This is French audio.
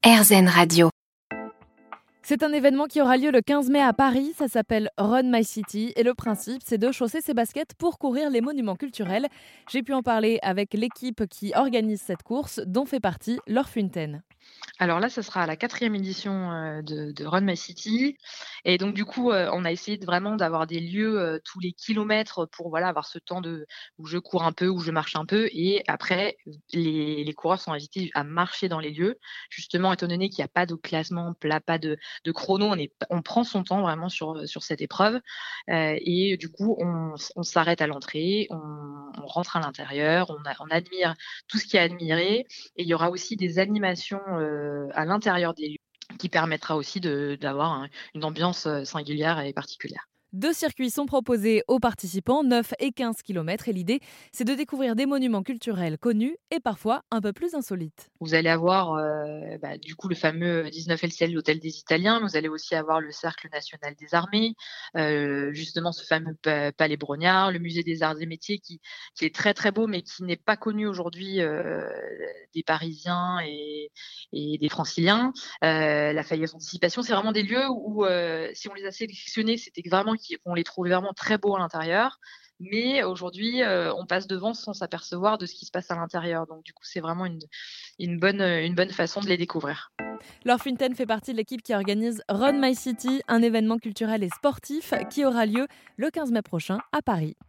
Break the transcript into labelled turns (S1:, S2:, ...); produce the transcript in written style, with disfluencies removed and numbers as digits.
S1: RZN Radio.
S2: C'est un événement qui aura lieu le 15 mai à Paris. Ça s'appelle Run My City et le principe, c'est de chausser ses baskets pour courir les monuments culturels. J'ai pu en parler avec l'équipe qui organise cette course, dont fait partie Laure Funten.
S3: Alors là, ça sera la 4e édition, de Run My City et donc du coup, on a essayé vraiment d'avoir des lieux, tous les kilomètres pour avoir ce temps où je cours un peu, où je marche un peu et après les coureurs sont invités à marcher dans les lieux. Justement, étant donné qu'il y a pas de classement plat, pas de chrono, on prend son temps vraiment sur cette épreuve, et du coup, on s'arrête à l'entrée, on rentre à l'intérieur, on admire tout ce qu'il y a à admirer et il y aura aussi des animations, à l'intérieur des lieux qui permettra aussi d'avoir une ambiance, singulière et particulière.
S2: 2 circuits sont proposés aux participants, 9 et 15 km. Et l'idée, c'est de découvrir des monuments culturels connus et parfois un peu plus insolites.
S3: Vous allez avoir du coup le fameux 19 El Ciel, l'hôtel des Italiens. Vous allez aussi avoir le Cercle national des armées, justement ce fameux palais Brognard, le musée des arts et métiers qui est très très beau mais qui n'est pas connu aujourd'hui des Parisiens et des Franciliens. La Fayette Anticipation, c'est vraiment des lieux où si on les a sélectionnés, c'était vraiment qu'on les trouvait vraiment très beaux à l'intérieur. Mais aujourd'hui, on passe devant sans s'apercevoir de ce qui se passe à l'intérieur. Donc du coup, c'est vraiment une bonne façon de les découvrir.
S2: Laure Funten fait partie de l'équipe qui organise Run My City, un événement culturel et sportif qui aura lieu le 15 mai prochain à Paris.